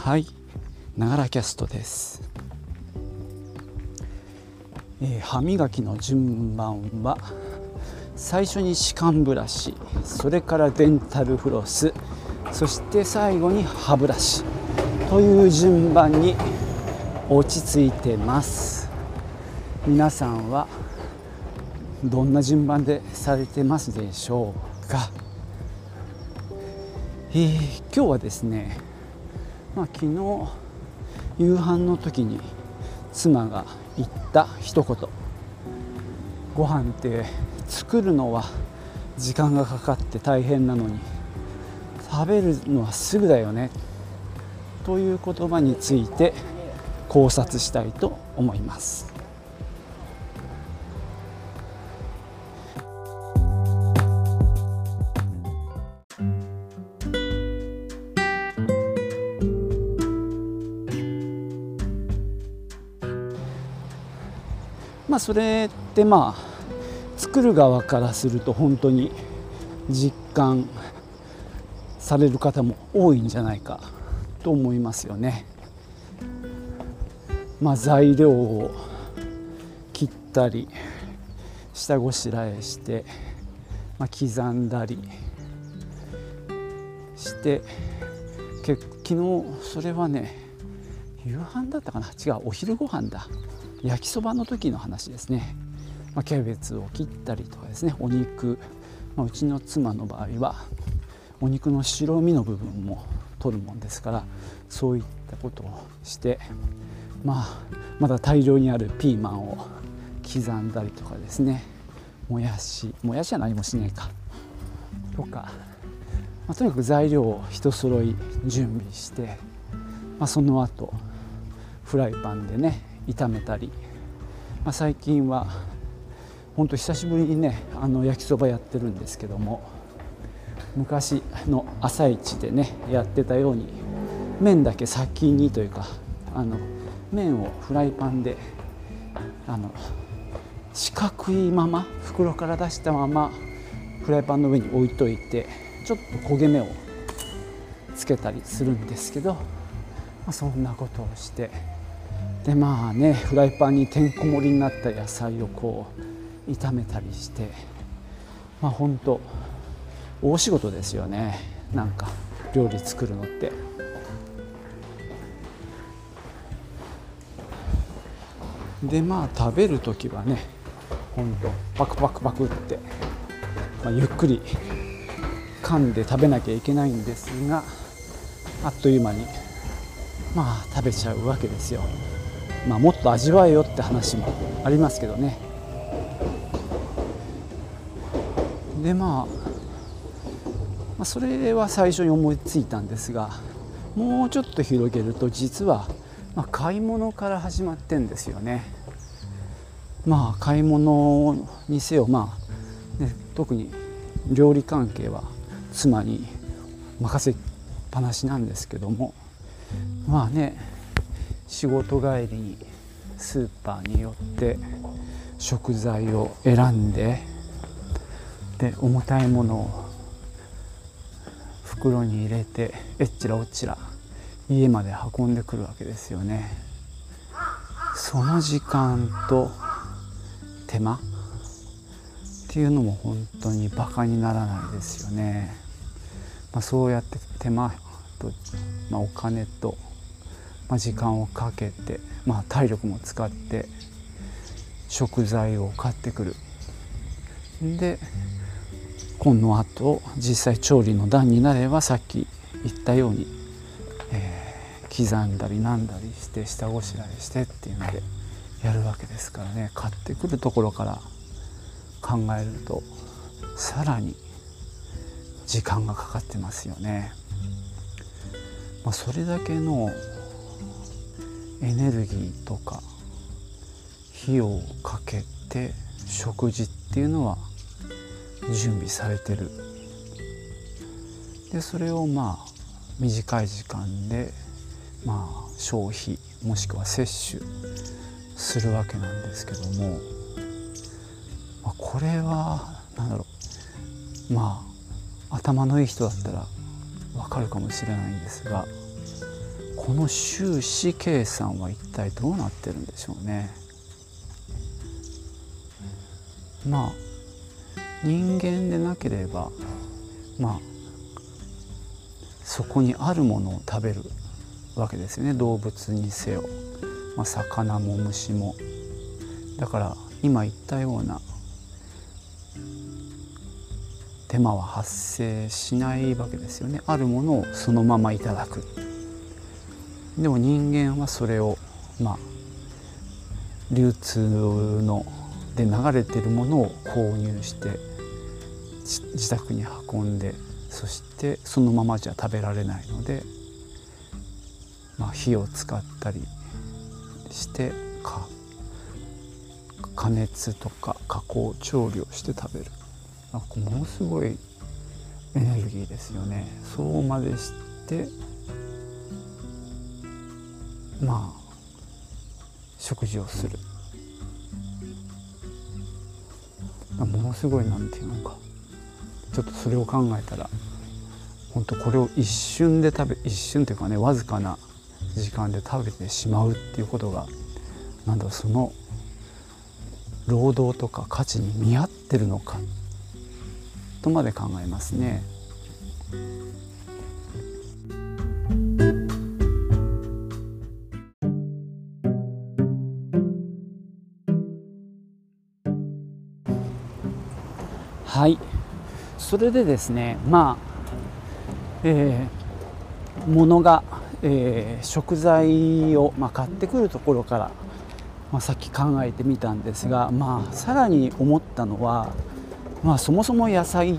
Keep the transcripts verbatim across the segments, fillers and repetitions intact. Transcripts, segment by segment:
はい、ながらキャストです。えー、歯磨きの順番は最初に歯間ブラシ、それからデンタルフロス、そして最後に歯ブラシという順番に落ち着いてます。皆さんはどんな順番でされてますでしょうか。えー、今日はですね、まあ、昨日夕飯の時に妻が言った一言、ご飯って作るのは時間がかかって大変なのに食べるのはすぐだよねという言葉について考察したいと思います。まあそれってまあ作る側からすると本当に実感される方も多いんじゃないかと思いますよね。まあ材料を切ったり下ごしらえして、まあ、刻んだりしてけ昨日それはね夕飯だったかな、違うお昼ご飯だ、焼きそばの時の話ですね。まあ、キャベツを切ったりとかですね、お肉、まあ、うちの妻の場合はお肉の白身の部分も取るもんですから、そういったことをして、まあ、まだ大量にあるピーマンを刻んだりとかですね、もやしもやしは何もしないかとか、まあ、とにかく材料を一揃い準備して、まあ、その後フライパンでね炒めたり、まあ、最近は本当久しぶりにねあの焼きそばやってるんですけども、昔の朝市でねやってたように麺だけ先にというか、あの麺をフライパンであの四角いまま袋から出したままフライパンの上に置いといて、ちょっと焦げ目をつけたりするんですけど、まあ、そんなことをして、でまあねフライパンにてんこ盛りになった野菜をこう炒めたりして、まあ本当大仕事ですよね、なんか料理作るのって。でまあ食べる時はね本当パクパクパクって、まあ、ゆっくり噛んで食べなきゃいけないんですが、あっという間にまあ食べちゃうわけですよ。まあ、もっと味わえよって話もありますけどね。で、まあ、まあそれは最初に思いついたんですが、もうちょっと広げると実は、まあ、買い物から始まってんですよね。まあ買い物にせよ、まあね、特に料理関係は妻に任せっぱなしなんですけども、まあね仕事帰りにスーパーに寄って食材を選んで、で重たいものを袋に入れてえっちらおっちら家まで運んでくるわけですよね。その時間と手間っていうのも本当にバカにならないですよね。まあ、そうやって手間と、まあ、お金とまあ、時間をかけて、まあ、体力も使って食材を買ってくる。でこの後実際調理の段になればさっき言ったように、えー、刻んだりなんだりして下ごしらえしてっていうのでやるわけですからね。買ってくるところから考えるとさらに時間がかかってますよね。まあ、それだけのエネルギーとか費用をかけて食事っていうのは準備されてる。でそれをまあ短い時間でまあ消費もしくは摂取するわけなんですけども、まあ、これは何だろう、まあ頭のいい人だったらわかるかもしれないんですが、 この収支計算は一体どうなってるんでしょうね。まあ人間でなければまあそこにあるものを食べるわけですよね。動物にせよ、まあ、魚も虫も。だから今言ったような手間は発生しないわけですよね。あるものをそのままいただく。でも人間はそれをまあ流通ので流れているものを購入して自宅に運んで、そしてそのままじゃ食べられないので、まあ、火を使ったりしてか加熱とか加工調理をして食べる。なんかものすごいエネルギーですよね。そうまでしてまあ食事をする。ものすごいなんていうのか、ちょっとそれを考えたら本当これを一瞬で食べ一瞬というかね、わずかな時間で食べてしまうっていうことが、なんだろう、その労働とか価値に見合ってるのかとまで考えますね。はい、それでですね、まあ、えー、物が、えー、食材を、まあ、買ってくるところから、まあ、さっき考えてみたんですが、まあ、さらに思ったのは、まあ、そもそも野菜って、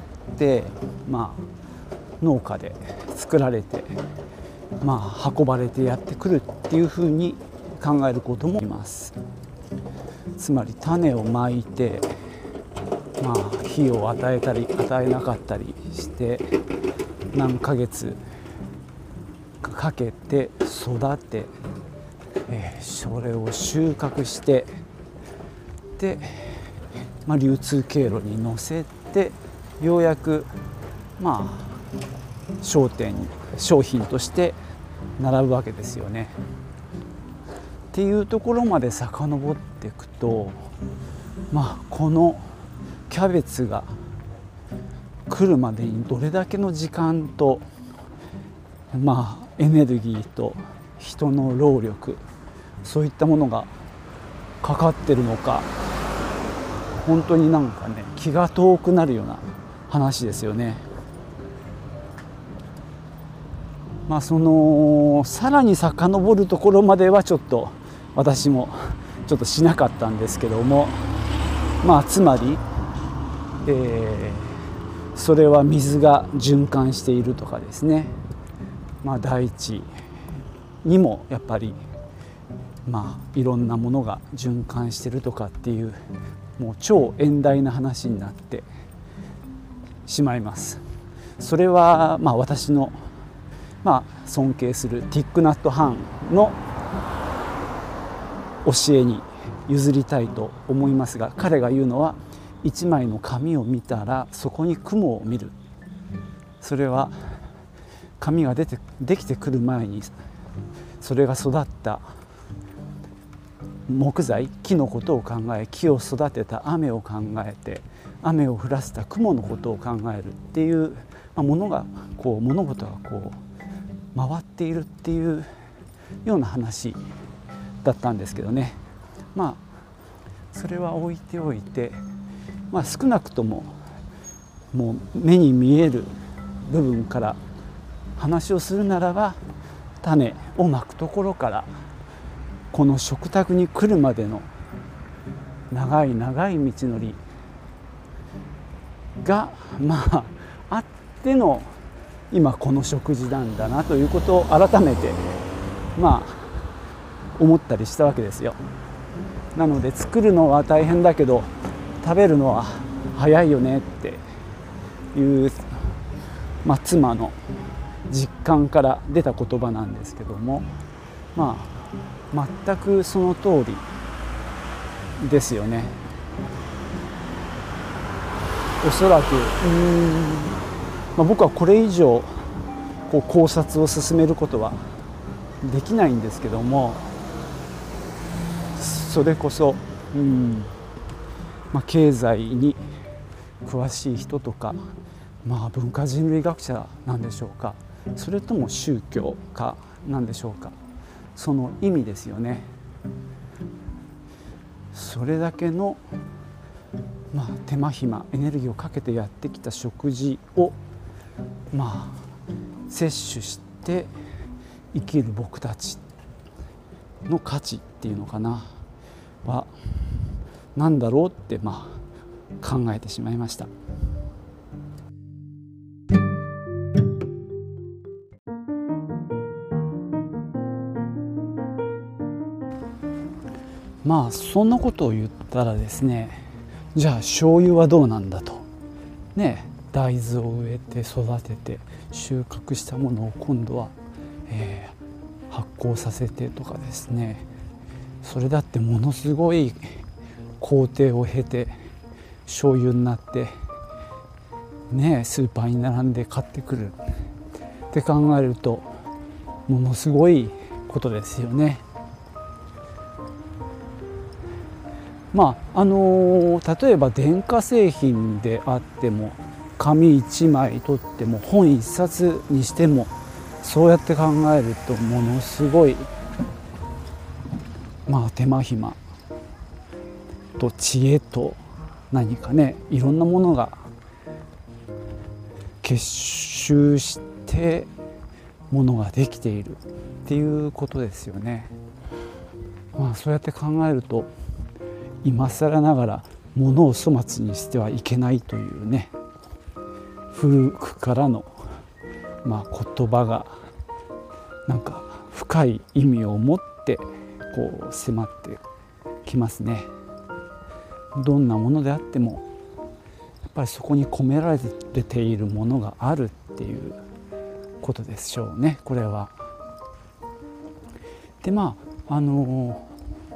まあ、農家で作られて、まあ、運ばれてやってくるっていうふうに考えることもあります。つまり種をまいて、まあ、火を与えたり与えなかったりして何ヶ月かけて育て、えー、それを収穫してで、まあ、流通経路に乗せてようやくまあ商店商品として並ぶわけですよね。っていうところまで遡っていくと、まあこのキャベツが来るまでにどれだけの時間と、まあ、エネルギーと人の労力、そういったものがかかってるのか、本当になんかね気が遠くなるような話ですよね。まあそのさらに遡るところまではちょっと私もちょっとしなかったんですけども、まあつまりえー、それは水が循環しているとかですね、まあ、大地にもやっぱり、まあ、いろんなものが循環しているとかっていうもう超遠大な話になってしまいます。それはまあ私の、まあ、尊敬するティック・ナット・ハンの教えに譲りたいと思いますが、彼が言うのは一枚の紙を見たらそこに雲を見る。それは紙が出てできてくる前にそれが育った木材木のことを考え、木を育てた雨を考えて、雨を降らせた雲のことを考えるっていう、まあ、ものがこう物事がこう回っているっていうような話だったんですけどね。まあそれは置いておいて、まあ、少なくとももう目に見える部分から話をするならば、種をまくところからこの食卓に来るまでの長い長い道のりがまああっての今この食事なんだなということを改めてまあ思ったりしたわけですよ。なので作るのは大変だけど食べるのは早いよねっていう、まあ、妻の実感から出た言葉なんですけども、まあ全くその通りですよね。おそらくうーん、まあ、僕はこれ以上こう考察を進めることはできないんですけども、それこそ、うんまあ、経済に詳しい人とか、まあ、文化人類学者なんでしょうか、それとも宗教家なんでしょうか、その意味ですよね。それだけの、まあ、手間暇エネルギーをかけてやってきた食事を、まあ、摂取して生きる僕たちの価値っていうのかなは何だろうって、まあ、考えてしまいました。まあそんなことを言ったらですね、じゃあ醤油はどうなんだとね、大豆を植えて育てて収穫したものを今度は、えー、発酵させてとかですね、それだってものすごい工程を経て醤油になってね、スーパーに並んで買ってくるって考えるとものすごいことですよね。まああのー、例えば電化製品であっても紙いちまい取っても本いっさつにしてもそうやって考えるとものすごい、まあ、手間暇と知恵と何かね、いろんなものが結集してものができているっていうことですよね。まあ、そうやって考えると今更ながら物を粗末にしてはいけないというね、古くからの、まあ、言葉がなんか深い意味を持ってこう迫ってきますね。どんなものであってもやっぱりそこに込められているものがあるっていうことでしょうね、これは。でまああの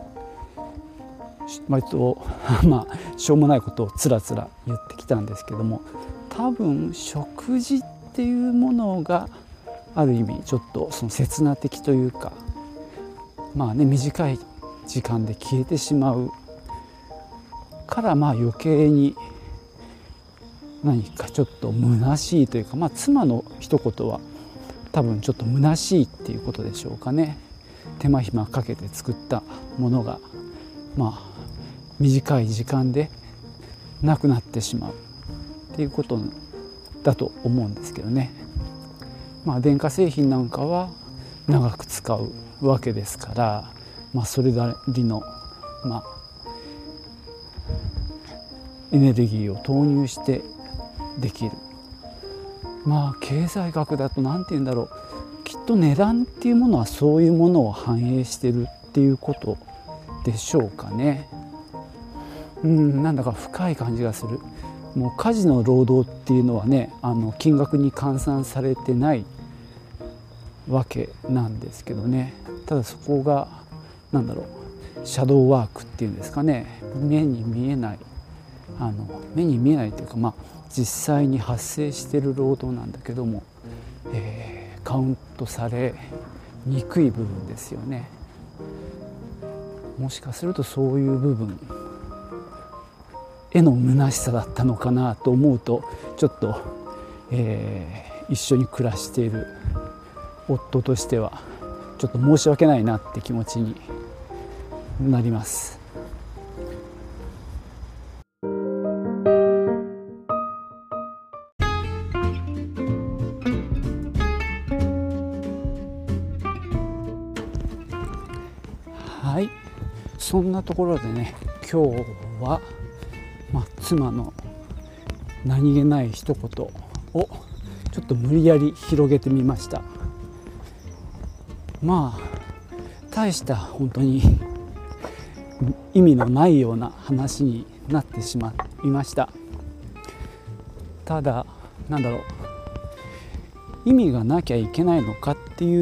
割とまあしょうもないことをつらつら言ってきたんですけども、多分食事っていうものがある意味ちょっとその刹那的というか、まあね、短い時間で消えてしまうから、まあ余計に何かちょっと虚しいというか、まあ妻の一言は多分ちょっと虚しいっていうことでしょうかね。手間暇かけて作ったものがまあ短い時間でなくなってしまうっていうことだと思うんですけどね。まあ電化製品なんかは長く使うわけですから、まあ、それなりの、まあ、エネルギーを投入してできる。まあ経済学だと何て言うんだろう、きっと値段っていうものはそういうものを反映してるっていうことでしょうかね。うん、なんだか深い感じがする。もう家事の労働っていうのはね、あの金額に換算されてないわけなんですけどね。ただそこがなんだろう、シャドーワークっていうんですかね、目に見えないあの目に見えないというか、まあ実際に発生している労働なんだけども、えー、カウントされにくい部分ですよね。もしかするとそういう部分への虚しさだったのかなと思うと、ちょっと、えー、一緒に暮らしている夫としてはちょっと申し訳ないなって気持ちになります。はい、そんなところでね、今日は、まあ、妻の何気ない一言をちょっと無理やり広げてみました。まあ大した本当に意味のないような話になってしまいました。ただなんだろう、意味がなきゃいけないのかっていう、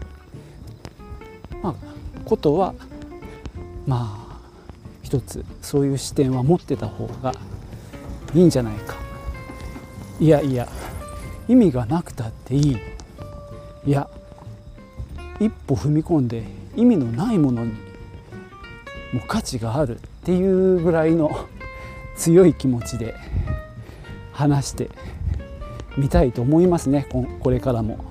まあ、ことはまあ一つそういう視点は持ってた方がいいんじゃないか。いやいや、意味がなくたっていい。いや、 一歩踏み込んで意味のないものにもう価値があるっていうぐらいの強い気持ちで話してみたいと思いますね、これからも。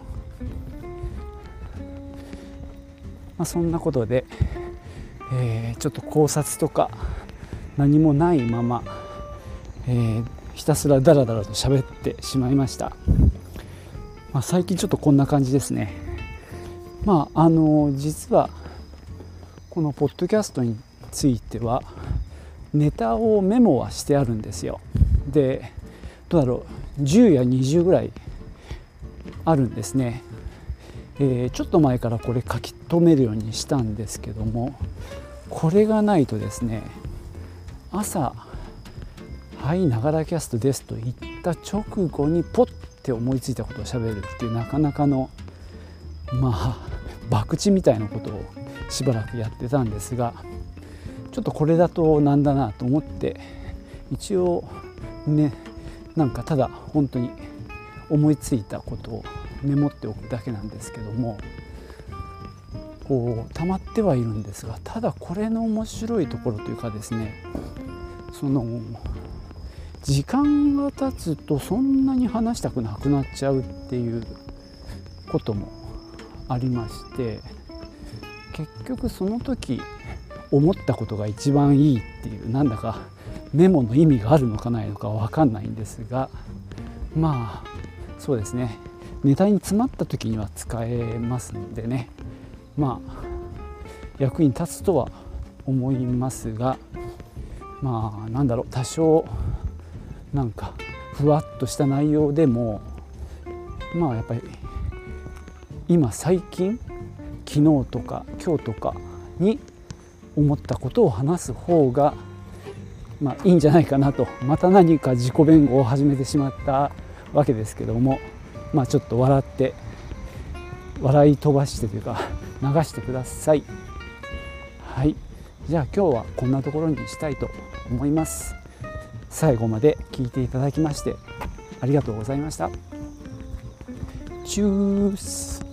まあ、そんなことで、えー、ちょっと考察とか何もないまま、えー、ひたすらダラダラと喋ってしまいました。まあ、最近ちょっとこんな感じですね。まああの実はこのポッドキャストについてはネタをメモはしてあるんですよ。でどうだろう、じゅうやにじゅうぐらいあるんですね。えー、ちょっと前からこれ書き留めるようにしたんですけども、これがないとですね、朝はいながらキャストですと言った直後にポッて思いついたことをしゃべるっていうなかなかのまあ博打みたいなことをしばらくやってたんですが、ちょっとこれだとなんだなと思って一応ね、なんかただ本当に思いついたことをメモっておくだけなんですけども、こう溜まってはいるんですが、ただこれの面白いところというかですね、その時間が経つとそんなに話したくなくなっちゃうっていうこともありまして、結局その時思ったことが一番いいっていう、なんだかメモの意味があるのかないのか分かんないんですが、まあそうですね、ネタに詰まった時には使えますのでね、まあ役に立つとは思いますが、まあなんだろう、多少なんかふわっとした内容でも、まあやっぱり今最近昨日とか今日とかに思ったことを話す方がまあいいんじゃないかなと、また何か自己弁護を始めてしまったわけですけども、まあちょっと笑って笑い飛ばしてというか流してください。はい、じゃあ今日はこんなところにしたいと思います。最後まで聞いていただきましてありがとうございました。チュース。